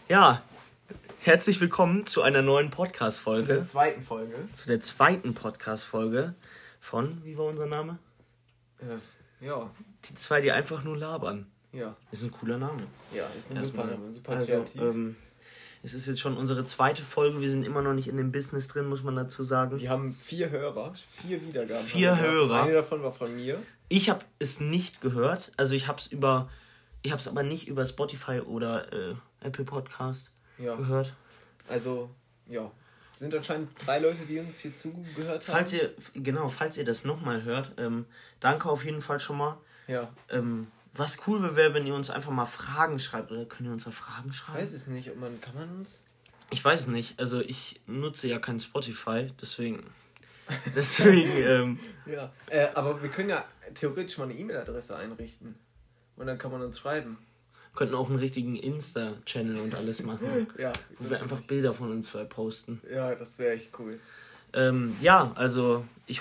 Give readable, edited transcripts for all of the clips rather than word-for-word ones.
Ja, herzlich willkommen zu einer neuen Podcast-Folge. Zu der zweiten Folge. Zu der zweiten Podcast-Folge von, wie war unser Name? Ja. Die zwei, die einfach nur labern. Ja. Ist ein cooler Name. Ja, ist ein super Name, super kreativ. Es ist jetzt schon unsere zweite Folge, wir sind immer noch nicht in dem Business drin, muss man dazu sagen. Wir haben 4 Hörer, 4 Wiedergaben. 4 Hörer. Eine davon war von mir. Ich habe es nicht gehört, also ich habe es aber nicht über Spotify oder Apple Podcast gehört. Also, ja. Es sind anscheinend 3 Leute, die uns hier zugehört haben. Falls ihr das nochmal hört, danke auf jeden Fall schon mal. Ja. Was cool wäre, wenn ihr uns einfach mal Fragen schreibt. Oder können ihr uns da Fragen schreiben? Ich weiß es nicht. Kann man uns? Ich weiß es nicht. Also ich nutze ja kein Spotify, deswegen. Ja. Aber wir können ja theoretisch mal eine E-Mail-Adresse einrichten. Und dann kann man uns schreiben. Wir könnten auch einen richtigen Insta-Channel und alles machen. Ja. Wo wir einfach Bilder von uns zwei posten. Ja, das wäre echt cool. Also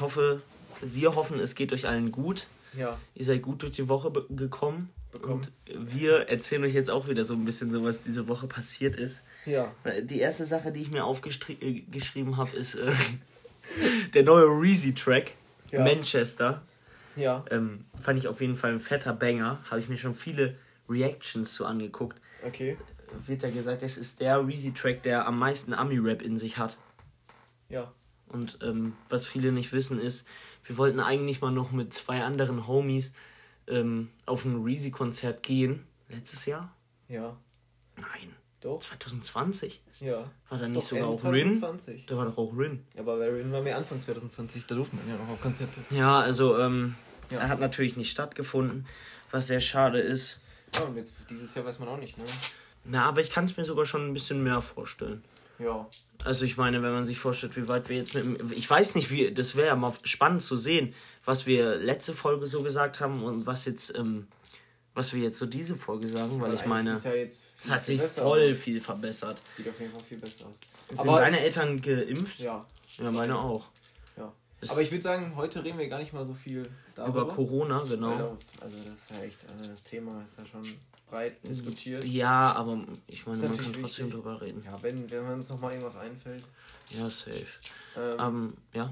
wir hoffen, es geht euch allen gut. Ja. Ihr seid gut durch die Woche gekommen. Und wir erzählen euch jetzt auch wieder so ein bisschen so, was diese Woche passiert ist. Ja. Die erste Sache, die ich mir aufgeschrieben habe, ist der neue Reezy-Track, Manchester. Ja. Fand ich auf jeden Fall ein fetter Banger. Habe ich mir schon viele Reactions zu angeguckt. Okay. Wird ja gesagt, es ist der Reezy-Track, der am meisten Ami-Rap in sich hat. Ja. Und was viele nicht wissen ist, wir wollten eigentlich mal noch mit 2 anderen Homies auf ein Reezy-Konzert gehen. Letztes Jahr? Ja. Nein. Doch. 2020? Ja. War da nicht doch, sogar auch 2020. Rin? Da war doch auch Rin. Ja, aber Rin war mehr Anfang 2020. Da durfte man ja noch auf Konzerte. Ja, also er hat natürlich nicht stattgefunden, was sehr schade ist. Ja, und jetzt dieses Jahr weiß man auch nicht, ne? Na, aber ich kann es mir sogar schon ein bisschen mehr vorstellen. Ja. Also ich meine, wenn man sich vorstellt, wie weit wir jetzt ich weiß nicht, das wäre ja mal spannend zu sehen, was wir letzte Folge so gesagt haben und was wir jetzt so diese Folge sagen, weil ich meine, es hat sich voll viel verbessert. Sieht auf jeden Fall viel besser aus. Sind deine Eltern geimpft? Ja. Ja, meine auch. Ja. Aber ich würde sagen, heute reden wir gar nicht mal so viel darüber. Über Corona, genau. Also das ist ja echt, das Thema ist ja schon breit diskutiert. Ja, aber ich meine, man kann trotzdem drüber reden. Ja, wenn uns nochmal irgendwas einfällt. Ja, safe. Ja.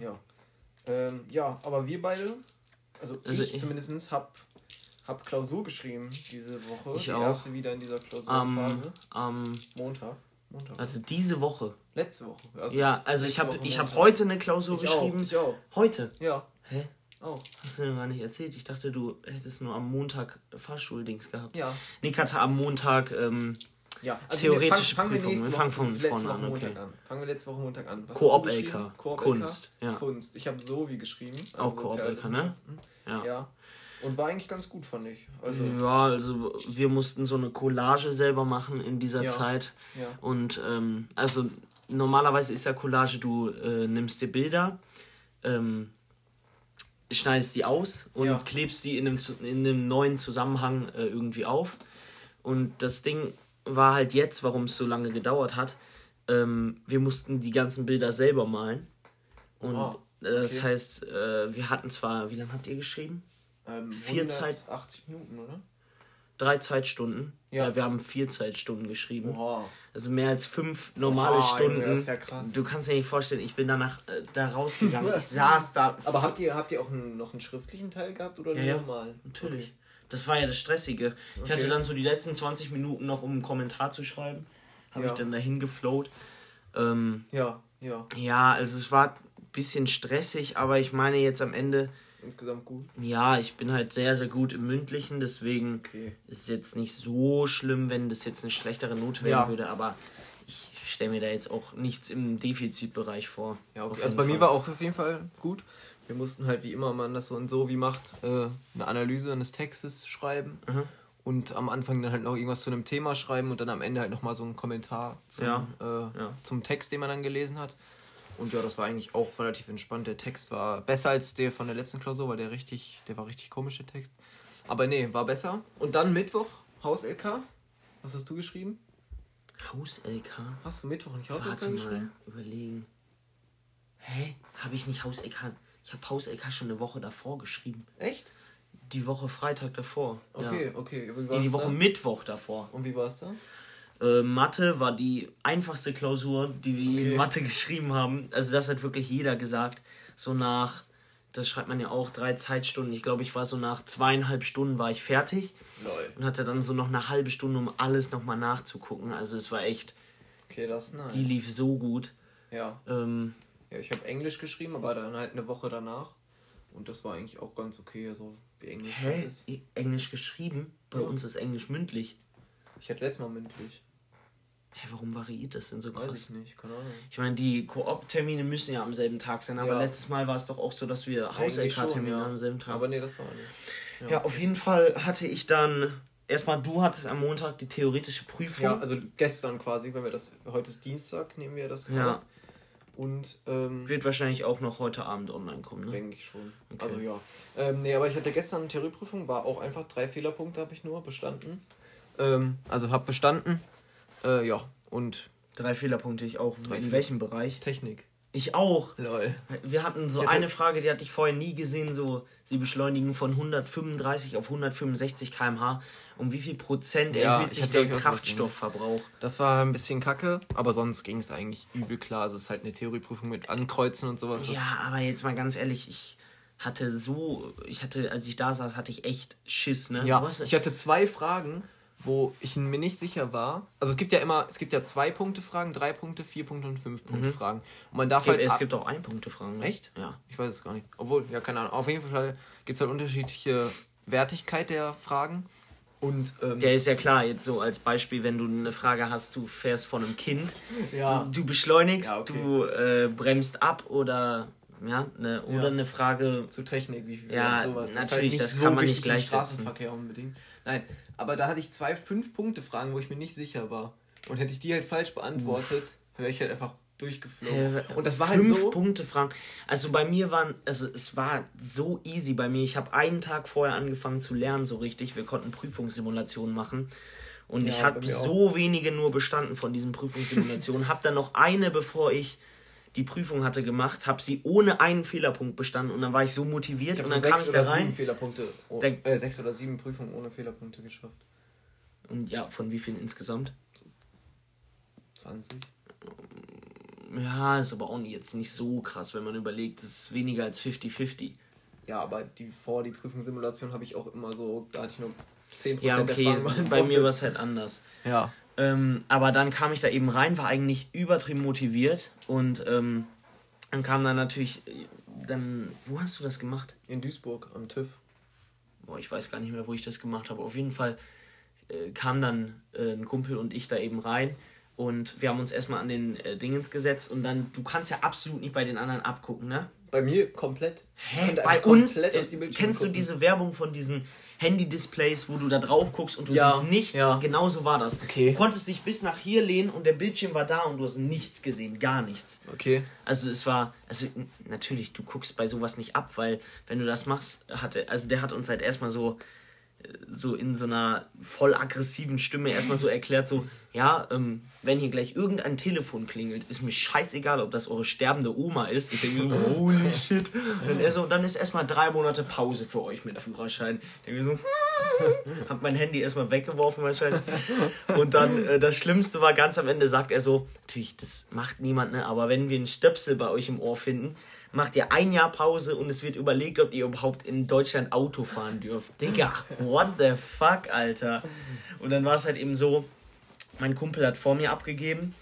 Ja, aber wir beide, also ich zumindest hab Klausur geschrieben diese Woche. Ich die auch. Erste wieder in dieser Klausurphase. Montag. Also diese Woche. Letzte Woche. Also ja, also ich hab heute eine Klausur geschrieben. Ich auch. Heute? Ja. Hä? Auch. Hast du mir gar nicht erzählt? Ich dachte, du hättest nur am Montag Fahrschuldings gehabt. Ja. Nick hatte am Montag also theoretische Prüfungen. Wir fangen von vorne an, okay. Fangen wir letzte Woche Montag an. Koop-LK. Kunst. Ja. Kunst. Ich habe Sovi geschrieben. Also auch Koop-LK, ne? Ja. Und war eigentlich ganz gut, fand ich. Also wir mussten so eine Collage selber machen in dieser Zeit. Ja. Und also normalerweise ist ja Collage, du nimmst dir Bilder, schneidest die aus und klebst die in einem neuen Zusammenhang irgendwie auf. Und das Ding war halt jetzt, warum es so lange gedauert hat, wir mussten die ganzen Bilder selber malen. Und das heißt, wir hatten zwar, wie lange habt ihr geschrieben? 4 80 Minuten, oder? 3 Zeitstunden. Ja, wir haben 4 Zeitstunden geschrieben. Oha. Also mehr als 5 normale Stunden. Das ist ja krass. Du kannst dir nicht vorstellen, ich bin danach da rausgegangen. Ich saß da. Aber habt ihr auch noch einen schriftlichen Teil gehabt oder nur normal? Natürlich. Okay. Das war ja das Stressige. Ich hatte dann so die letzten 20 Minuten noch, um einen Kommentar zu schreiben. Habe ich dann dahin geflowt. Ja, also es war ein bisschen stressig, aber ich meine jetzt am Ende... Insgesamt gut? Ja, ich bin halt sehr, sehr gut im Mündlichen, deswegen ist es jetzt nicht so schlimm, wenn das jetzt eine schlechtere Note werden würde, aber ich stelle mir da jetzt auch nichts im Defizitbereich vor. Ja, okay. Also bei mir war auch auf jeden Fall gut. Wir mussten halt, wie immer man das so und so wie macht, eine Analyse eines Textes schreiben und am Anfang dann halt noch irgendwas zu einem Thema schreiben und dann am Ende halt nochmal so einen Kommentar zum Text, den man dann gelesen hat. Und ja, das war eigentlich auch relativ entspannt. Der Text war besser als der von der letzten Klausur, weil der war richtig komisch, der Text. Aber nee, war besser. Und dann Mittwoch, Haus-LK. Was hast du geschrieben? Haus-LK? Hast du Mittwoch nicht Haus-LK geschrieben? Warte mal, überlegen. Hä? Habe ich nicht Haus-LK? Ich habe Haus-LK schon eine Woche davor geschrieben. Echt? Die Woche Freitag davor. Okay. Wie die Woche Mittwoch davor. Und wie war es da? Mathe war die einfachste Klausur, die wir in Mathe geschrieben haben. Also das hat wirklich jeder gesagt. So nach, das schreibt man ja auch, 3 Zeitstunden. Ich glaube, ich war so nach 2,5 Stunden war ich fertig. Lol. Und hatte dann so noch eine halbe Stunde, um alles nochmal nachzugucken. Also es war echt... Okay, das ist nice. Die lief so gut. Ja. Ja, ich habe Englisch geschrieben, aber dann halt eine Woche danach. Und das war eigentlich auch ganz okay, also wie Englisch ist. Englisch geschrieben? Bei uns ist Englisch mündlich. Ich hatte letztes Mal mündlich. Warum variiert das denn so krass? Weiß ich nicht, keine Ahnung. Ich meine, die Koop-Termine müssen ja am selben Tag sein, aber letztes Mal war es doch auch so, dass wir Haus-LK-Termine am selben Tag. Aber nee, das war nicht. Ja, auf jeden Fall hatte ich dann... Erstmal, du hattest am Montag die theoretische Prüfung. Ja, also gestern quasi, weil wir das... Heute ist Dienstag, nehmen wir das auf. Und, wird wahrscheinlich auch noch heute Abend online kommen, ne? Denke ich schon. Okay. Also ja. Nee, aber ich hatte gestern eine Theorieprüfung, war auch einfach 3 Fehlerpunkte habe ich nur bestanden. Also habe bestanden. Ja, und... 3 Fehlerpunkte, ich auch. In welchem Bereich? Technik. Ich auch. Lol. Wir hatten so eine Frage, die hatte ich vorher nie gesehen, so, sie beschleunigen von 135 auf 165 km/h. Um wie viel Prozent erhöht sich der Kraftstoffverbrauch? Das war ein bisschen kacke, aber sonst ging es eigentlich übel klar. Also es ist halt eine Theorieprüfung mit Ankreuzen und sowas. Ja, aber jetzt mal ganz ehrlich, als ich da saß, hatte ich echt Schiss, ne? Ja, ich hatte 2 Fragen, wo ich mir nicht sicher war. Also es gibt ja 2-Punkte-Fragen, 3-Punkte, 4-Punkte und 5-Punkte-Fragen. Und man darf es gibt auch 1-Punkte-Fragen. Ne? Echt? Ja. Ich weiß es gar nicht. Obwohl, ja, keine Ahnung. Auf jeden Fall gibt es halt unterschiedliche Wertigkeit der Fragen. Und, ja, ist ja klar, jetzt so als Beispiel, wenn du eine Frage hast, du fährst von einem Kind, ja. Du beschleunigst, du bremst ab oder... Ja, eine Frage zu Technik, wie viel sowas. Natürlich, das kann man nicht gleichsetzen. Straßenverkehr unbedingt. Nein, aber da hatte ich 2 5-Punkte-Fragen, wo ich mir nicht sicher war. Und hätte ich die halt falsch beantwortet, wäre ich halt einfach durchgeflogen. Und das war halt so... 5-Punkte-Fragen. Also bei mir es war so easy bei mir. Ich habe einen Tag vorher angefangen zu lernen, so richtig. Wir konnten Prüfungssimulationen machen. Und ich habe so wenige nur bestanden von diesen Prüfungssimulationen. Habe dann noch eine, bevor ich die Prüfung hatte gemacht, habe sie ohne einen Fehlerpunkt bestanden und dann war ich so motiviert und dann kam ich da rein. 6 oder 7 Prüfungen ohne Fehlerpunkte geschafft. Und ja, von wie vielen insgesamt? 20. Ja, ist aber auch jetzt nicht so krass, wenn man überlegt, es ist weniger als 50-50. Ja, aber die Prüfungssimulation habe ich auch immer so, da hatte ich nur 10% ja, okay, der Fragen bei mir war es halt anders. Ja. Aber dann kam ich da eben rein, war eigentlich übertrieben motiviert und dann kam dann natürlich, wo hast du das gemacht? In Duisburg, am TÜV. Boah, ich weiß gar nicht mehr, wo ich das gemacht habe. Auf jeden Fall kam dann ein Kumpel und ich da eben rein und wir haben uns erstmal an den Dingens gesetzt und dann, du kannst ja absolut nicht bei den anderen abgucken, ne? Bei mir komplett. Bei uns, kennst du diese Werbung von diesen Handy-Displays, wo du da drauf guckst und du siehst nichts? Ja. Genau so war das. Okay. Du konntest dich bis nach hier lehnen und der Bildschirm war da und du hast nichts gesehen, gar nichts. Okay. Also natürlich, du guckst bei sowas nicht ab, weil wenn du das machst, der hat uns halt erstmal so in so einer voll aggressiven Stimme erstmal so erklärt, so, ja, wenn hier gleich irgendein Telefon klingelt, ist mir scheißegal, ob das eure sterbende Oma ist. Ich denke mir so, holy shit. Und dann ist erstmal 3 Monate Pause für euch mit Führerschein. Ich denke mir so, hab mein Handy erstmal weggeworfen wahrscheinlich. Und dann, das Schlimmste war, ganz am Ende sagt er so, natürlich, das macht niemand, ne, aber wenn wir einen Stöpsel bei euch im Ohr finden, macht ihr 1 Jahr Pause und es wird überlegt, ob ihr überhaupt in Deutschland Auto fahren dürft. Digga, what the fuck, Alter. Und dann war es halt eben so, mein Kumpel hat vor mir abgegeben,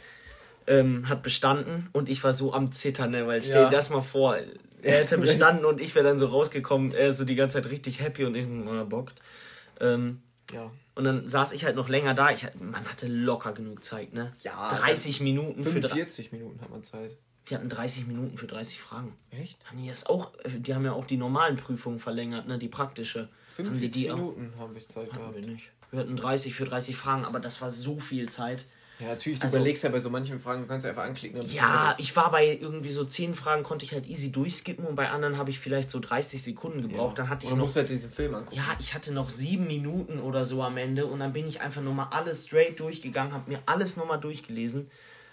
hat bestanden und ich war so am Zittern, ne, weil stell dir das mal vor, er hätte bestanden und ich wäre dann so rausgekommen, er ist so die ganze Zeit richtig happy und ich bockt. Ja. Und dann saß ich halt noch länger da, man hatte locker genug Zeit, ne? Ja. 30 Minuten 45 Minuten hat man Zeit. Wir hatten 30 Minuten für 30 Fragen. Echt? Die haben ja auch die normalen Prüfungen verlängert, ne? Die praktische. 45 Minuten haben wir Zeit gehabt. Wir nicht. Wir hatten 30 für 30 Fragen, aber das war so viel Zeit. Ja, natürlich, du überlegst ja bei so manchen Fragen, kannst du einfach anklicken. Und ja, ich war bei irgendwie so 10 Fragen, konnte ich halt easy durchskippen und bei anderen habe ich vielleicht so 30 Sekunden gebraucht. Ja. Dann hatte ich musst halt diesen Film angucken. Ja, ich hatte noch 7 Minuten oder so am Ende und dann bin ich einfach nochmal alles straight durchgegangen, habe mir alles nochmal durchgelesen.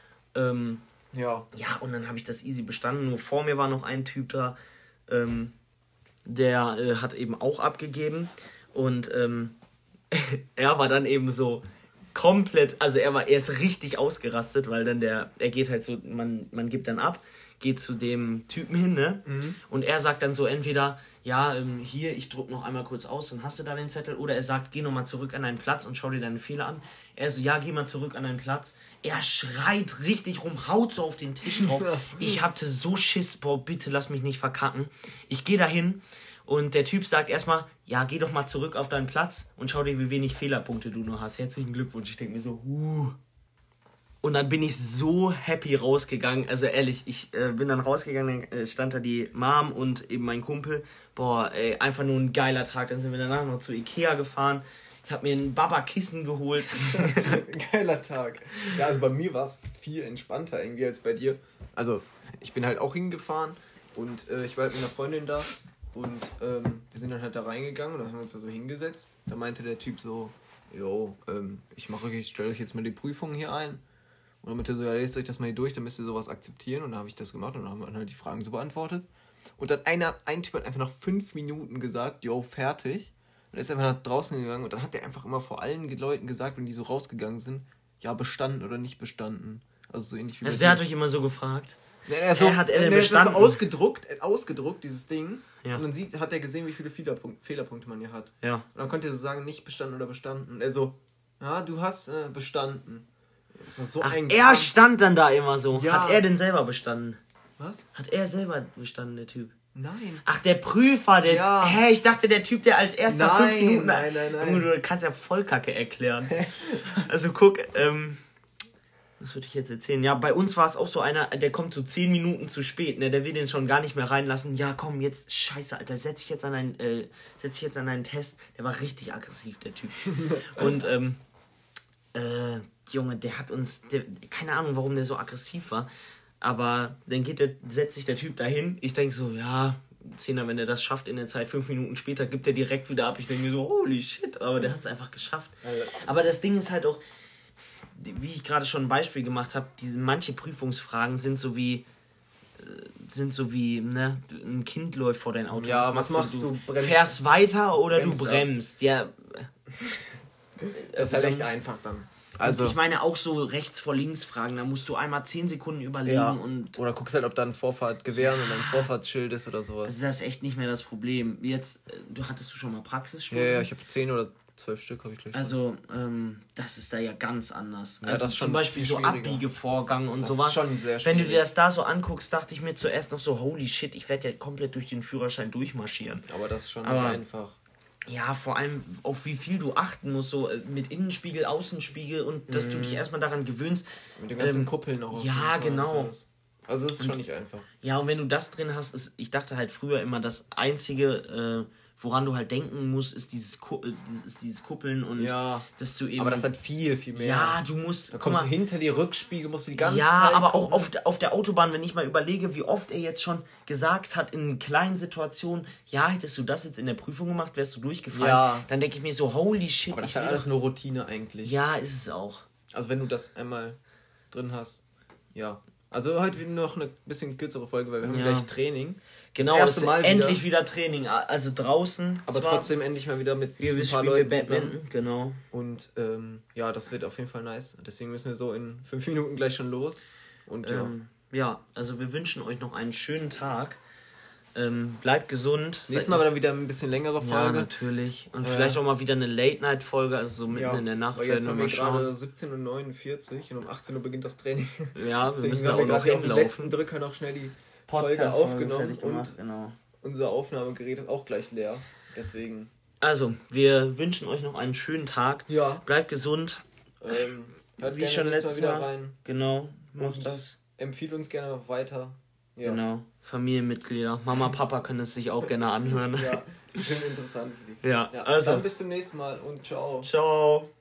Ja, und dann habe ich das easy bestanden. Nur vor mir war noch ein Typ da, der hat eben auch abgegeben und er war dann eben so komplett, also er ist richtig ausgerastet, weil dann er geht halt so, man gibt dann ab, geht zu dem Typen hin, ne? Und er sagt dann so entweder, ja, hier, ich druck noch einmal kurz aus, dann hast du da den Zettel, oder er sagt, geh nochmal zurück an deinen Platz und schau dir deine Fehler an. Er so, ja, geh mal zurück an deinen Platz. Er schreit richtig rum, haut so auf den Tisch drauf. Ich hatte so Schiss, boah, bitte lass mich nicht verkacken. Ich gehe dahin und der Typ sagt erstmal, ja, geh doch mal zurück auf deinen Platz und schau dir, wie wenig Fehlerpunkte du noch hast. Herzlichen Glückwunsch. Ich denke mir so, Und dann bin ich so happy rausgegangen. Also ehrlich, ich bin dann rausgegangen, dann stand da die Mom und eben mein Kumpel. Boah, ey, einfach nur ein geiler Tag. Dann sind wir danach noch zu Ikea gefahren. Ich habe mir ein Baba-Kissen geholt. Geiler Tag. Ja, also bei mir war es viel entspannter irgendwie als bei dir. Also ich bin halt auch hingefahren und ich war halt mit einer Freundin da. Und wir sind dann halt da reingegangen und dann haben wir uns da so hingesetzt. Da meinte der Typ so, ich stelle euch jetzt mal die Prüfung hier ein. Und dann meinte er so, ja, lest euch das mal hier durch, dann müsst ihr sowas akzeptieren. Und dann habe ich das gemacht und dann haben wir dann halt die Fragen so beantwortet. Und dann ein Typ hat einfach nach 5 Minuten gesagt, fertig. Und er ist einfach nach draußen gegangen und dann hat er einfach immer vor allen Leuten gesagt, wenn die so rausgegangen sind, ja, bestanden oder nicht bestanden. Also so ähnlich wie der hat euch immer so gefragt. Hat er denn bestanden? Das ist ausgedruckt, dieses Ding. Ja. Und dann hat er gesehen, wie viele Fehlerpunkte man hier hat. Ja. Und dann konnte er so sagen, nicht bestanden oder bestanden. Und er so, ja, du hast bestanden. Das war so er stand dann da immer so. Ja. Hat er denn selber bestanden? Was? Hat er selber bestanden, der Typ? Nein. Ach, der Prüfer, der... Ja. Hä, ich dachte, der Typ, der als erster 5 Minuten... Nein. Du kannst ja voll Kacke erklären. Also guck, was würde ich jetzt erzählen? Ja, bei uns war es auch so einer, der kommt so 10 Minuten zu spät, ne? Der will den schon gar nicht mehr reinlassen. Ja, komm, jetzt, scheiße, Alter, setz dich jetzt an einen Test. Der war richtig aggressiv, der Typ. Und, Junge, der hat uns... keine Ahnung, warum der so aggressiv war. Aber dann setzt sich der Typ dahin. Ich denke so, ja, 10er, wenn er das schafft in der Zeit, 5 Minuten später gibt er direkt wieder ab. Ich denke mir so, holy shit, aber der hat es einfach geschafft. Aber das Ding ist halt auch, wie ich gerade schon ein Beispiel gemacht habe, manche Prüfungsfragen sind so wie, ne, ein Kind läuft vor dein Auto. Ja, was machst du? Fährst weiter oder du bremst? Ja. Das ist halt echt einfach dann. Also, ich meine auch so rechts vor links Fragen, da musst du einmal 10 Sekunden überlegen und... Oder guckst halt, ob da ein Vorfahrtgewehr und ein Vorfahrtsschild ist oder sowas. Also das ist echt nicht mehr das Problem. Jetzt, hattest du schon mal Praxisstunden? Ja, ich habe 10 oder 12 Stück, habe ich gleich. Also, das ist da ja ganz anders. Ja, also das zum Beispiel so Abbiegevorgang und sowas. Das ist schon sehr schwierig. Wenn du dir das da so anguckst, dachte ich mir zuerst noch so, holy shit, ich werde ja komplett durch den Führerschein durchmarschieren. Aber das ist schon nicht einfach. Ja, vor allem auf wie viel du achten musst, so mit Innenspiegel, Außenspiegel und dass du dich erstmal daran gewöhnst. Mit den ganzen Kuppeln auch. Ja, genau. Also das ist schon nicht einfach. Ja, und wenn du das drin hast, ich dachte halt früher immer, das Einzige, woran du halt denken musst, ist dieses Kuppeln und dass du eben... Aber das hat viel, viel mehr. Ja, du musst... Da kommst du hinter die Rückspiegel, musst du die ganze Zeit... Ja, aber auch auf der Autobahn, wenn ich mal überlege, wie oft er jetzt schon gesagt hat, in kleinen Situationen, ja, hättest du das jetzt in der Prüfung gemacht, wärst du durchgefallen. Dann denke ich mir so, holy shit. Aber das ist alles nur Routine eigentlich. Ja, ist es auch. Also wenn du das einmal drin hast, ja. Also heute noch eine bisschen kürzere Folge, weil wir haben gleich Training. Genau, das erste Mal endlich wieder Training. Also draußen. Aber trotzdem endlich mal wieder mit ein paar Leuten zusammen. Genau. Und das wird auf jeden Fall nice. Deswegen müssen wir so in 5 Minuten gleich schon los. Und ja, also wir wünschen euch noch einen schönen Tag. Bleibt gesund. Nächstes Mal dann wieder ein bisschen längere Folge. Ja, natürlich. Und vielleicht auch mal wieder eine Late-Night-Folge, also so mitten in der Nacht. Weil jetzt haben wir gerade 17:49 und um 18 Uhr beginnt das Training. Ja, wir müssen da auch noch hinlaufen. Auf den letzten Drücker noch schnell die Folge aufgenommen und unser Aufnahmegerät ist auch gleich leer. Deswegen. Also, wir wünschen euch noch einen schönen Tag. Ja. Bleibt gesund. Wie schon letztes Mal. Rein. Genau, macht das. Empfiehlt uns gerne weiter. Ja. Genau, Familienmitglieder. Mama, Papa können es sich auch gerne anhören. Ja, das ist bestimmt interessant für die. Ja, also. Dann bis zum nächsten Mal und ciao. Ciao.